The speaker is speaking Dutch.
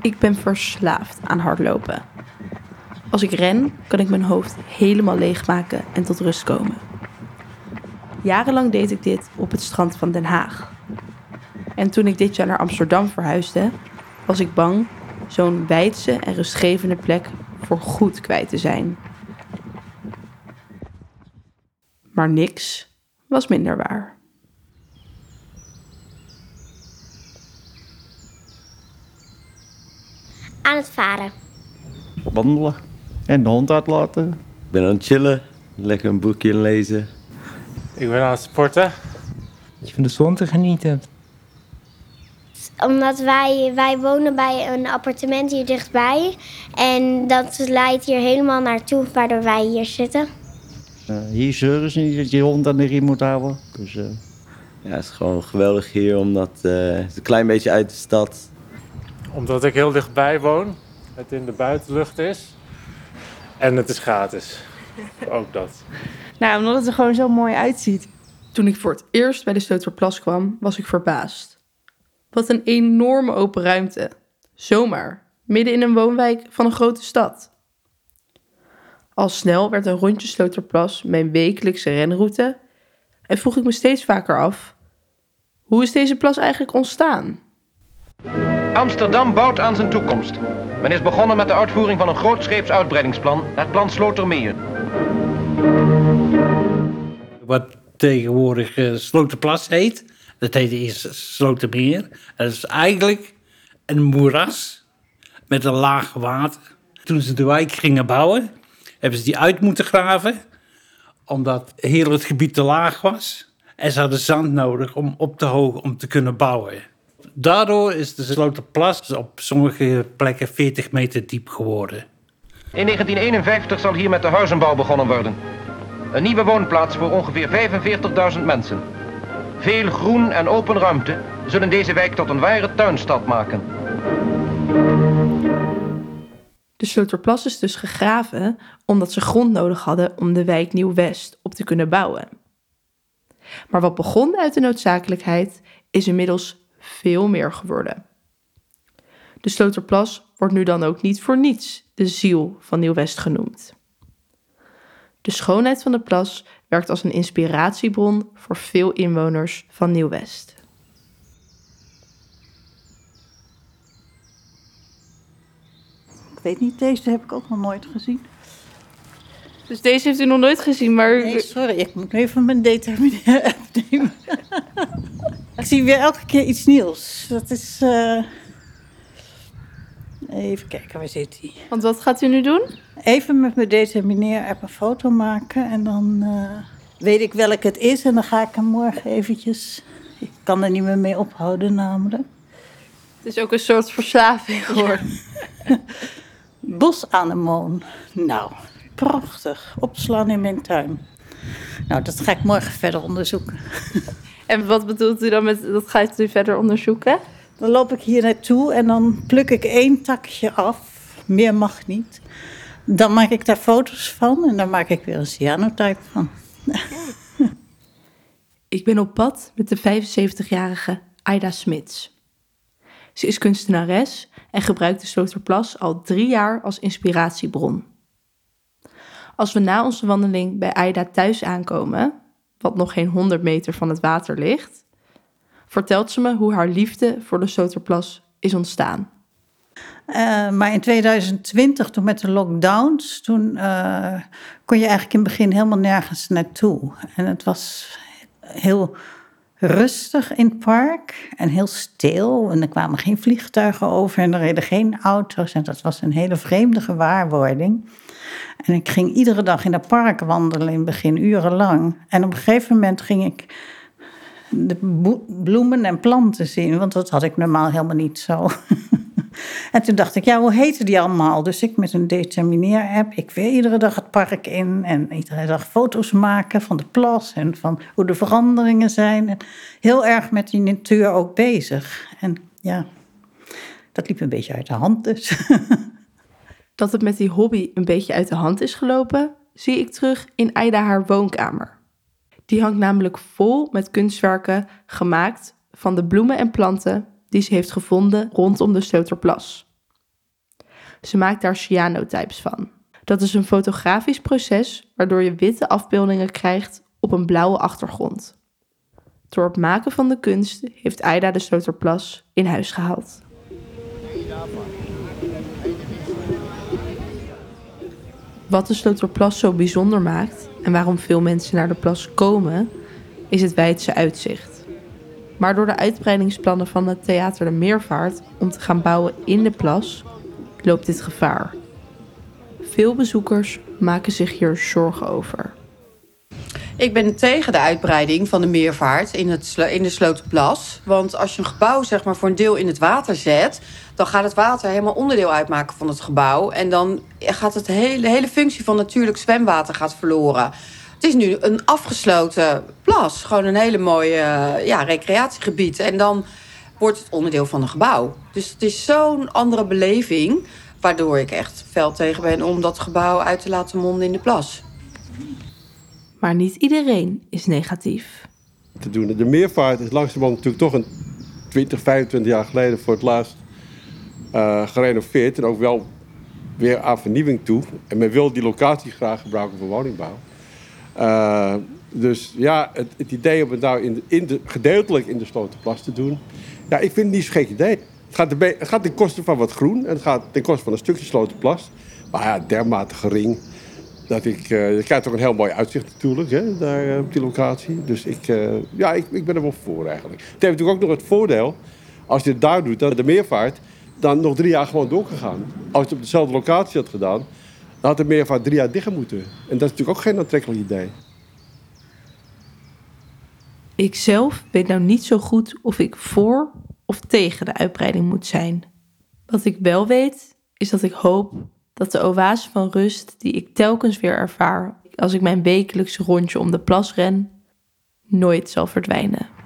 Ik ben verslaafd aan hardlopen. Als ik ren, kan ik mijn hoofd helemaal leegmaken en tot rust komen. Jarenlang deed ik dit op het strand van Den Haag. En toen ik dit jaar naar Amsterdam verhuisde, was ik bang zo'n wijdse en rustgevende plek voor goed kwijt te zijn. Maar niks was minder waar. Aan het varen. Wandelen en de hond uitlaten. Ik ben aan het chillen, lekker een boekje lezen. Ik ben aan het sporten. Je van de zon te genieten. Omdat wij wonen bij een appartement hier dichtbij. En dat leidt hier helemaal naartoe, waardoor wij hier zitten. Hier zeuren ze niet dat je hond aan de riem moet houden. Dus, Ja, het is gewoon geweldig hier, omdat het is een klein beetje uit de stad. Omdat ik heel dichtbij woon. Het in de buitenlucht is. En het is gratis. Ook dat. Nou, omdat het er gewoon zo mooi uitziet. Toen ik voor het eerst bij de Sloterplas kwam, was ik verbaasd. Wat een enorme open ruimte. Zomaar, midden in een woonwijk van een grote stad. Al snel werd een rondje Sloterplas mijn wekelijkse renroute en vroeg ik me steeds vaker af: hoe is deze plas eigenlijk ontstaan? Amsterdam bouwt aan zijn toekomst. Men is begonnen met de uitvoering van een grootscheeps uitbreidingsplan, het plan Slotermeer. Wat tegenwoordig Sloterplas heet, dat heette eerst Slotermeer. Dat is eigenlijk een moeras met een laag water. Toen ze de wijk gingen bouwen, hebben ze die uit moeten graven, omdat heel het gebied te laag was. En ze hadden zand nodig om op te hogen om te kunnen bouwen. Daardoor is de Sloterplas op sommige plekken 40 meter diep geworden. In 1951 zal hier met de huizenbouw begonnen worden. Een nieuwe woonplaats voor ongeveer 45.000 mensen. Veel groen en open ruimte zullen deze wijk tot een ware tuinstad maken. De Sloterplas is dus gegraven omdat ze grond nodig hadden om de wijk Nieuw-West op te kunnen bouwen. Maar wat begon uit de noodzakelijkheid is inmiddels veel meer geworden. De Sloterplas wordt nu dan ook niet voor niets de ziel van Nieuw-West genoemd. De schoonheid van de plas werkt als een inspiratiebron voor veel inwoners van Nieuw-West. Ik weet niet, deze heb ik ook nog nooit gezien. Dus deze heeft u nog nooit gezien, maar... Nee, sorry, ik moet even mijn determinair nemen. Ik zie weer elke keer iets nieuws. Dat is... Even kijken, waar zit hij? Want wat gaat u nu doen? Even met mijn determinair een foto maken en dan weet ik welk het is. En dan ga ik hem morgen eventjes... Ik kan er niet meer mee ophouden namelijk. Het is ook een soort verslaving geworden. Bosanemoon. Nou, prachtig. Opslaan in mijn tuin. Nou, dat ga ik morgen verder onderzoeken. En wat bedoelt u dan met, dat gaat u verder onderzoeken? Dan loop ik hier naartoe en dan pluk ik 1 takje af. Meer mag niet. Dan maak ik daar foto's van en dan maak ik weer een cyanotype van. Ik ben op pad met de 75-jarige Aida Smits. Ze is kunstenares en gebruikt de Sloterplas al 3 jaar als inspiratiebron. Als we na onze wandeling bij Aida thuis aankomen, wat nog geen 100 meter van het water ligt, vertelt ze me hoe haar liefde voor de Sloterplas is ontstaan. Maar in 2020, toen met de lockdowns, toen kon je eigenlijk in het begin helemaal nergens naartoe. En het was heel rustig in het park en heel stil. En er kwamen geen vliegtuigen over en er reden geen auto's. En dat was een hele vreemde gewaarwording. En ik ging iedere dag in het park wandelen, in het begin urenlang. En op een gegeven moment ging ik de bloemen en planten zien, want dat had ik normaal helemaal niet zo. En toen dacht ik, ja, hoe heten die allemaal? Dus ik met een determineer-app, ik weer iedere dag het park in en iedere dag foto's maken van de plas en van hoe de veranderingen zijn. En heel erg met die natuur ook bezig. En ja, dat liep een beetje uit de hand dus. Dat het met die hobby een beetje uit de hand is gelopen, zie ik terug in Aida haar woonkamer. Die hangt namelijk vol met kunstwerken gemaakt van de bloemen en planten die ze heeft gevonden rondom de Sloterplas. Ze maakt daar cyanotypes van. Dat is een fotografisch proces waardoor je witte afbeeldingen krijgt op een blauwe achtergrond. Door het maken van de kunst heeft Aida de Sloterplas in huis gehaald. Wat de Sloterplas zo bijzonder maakt en waarom veel mensen naar de plas komen, is het wijdse uitzicht. Maar door de uitbreidingsplannen van het Theater de Meervaart om te gaan bouwen in de plas, loopt dit gevaar. Veel bezoekers maken zich hier zorgen over. Ik ben tegen de uitbreiding van de Meervaart in de Sloterplas. Want als je een gebouw zeg maar, voor een deel in het water zet, dan gaat het water helemaal onderdeel uitmaken van het gebouw. En dan gaat de hele functie van natuurlijk zwemwater gaat verloren. Het is nu een afgesloten plas. Gewoon een hele mooie recreatiegebied. En dan wordt het onderdeel van een gebouw. Dus het is zo'n andere beleving, waardoor ik echt fel tegen ben om dat gebouw uit te laten monden in de plas. Maar niet iedereen is negatief. Te doen. De Meervaart is langzamerhand natuurlijk toch een 20, 25 jaar geleden voor het laatst gerenoveerd. En ook wel weer aan vernieuwing toe. En men wil die locatie graag gebruiken voor woningbouw. Dus ja, het idee om het nou gedeeltelijk in de Sloterplas te doen, ja, ik vind het niet zo'n gek idee. Het gaat ten koste van wat groen en het gaat ten koste van een stukje Sloterplas. Maar ja, dermate gering. Je krijgt ook een heel mooi uitzicht natuurlijk, hè, daar op die locatie. Dus ik ben er wel voor eigenlijk. Het heeft natuurlijk ook nog het voordeel, als je het daar doet, dat de Meervaart dan nog 3 jaar gewoon door kan gaan. Als je het op dezelfde locatie had gedaan, dan had de Meervaart 3 jaar dicht moeten. En dat is natuurlijk ook geen aantrekkelijk idee. Ik zelf weet nou niet zo goed of ik voor of tegen de uitbreiding moet zijn. Wat ik wel weet, is dat ik hoop dat de oase van rust die ik telkens weer ervaar als ik mijn wekelijkse rondje om de plas ren, nooit zal verdwijnen.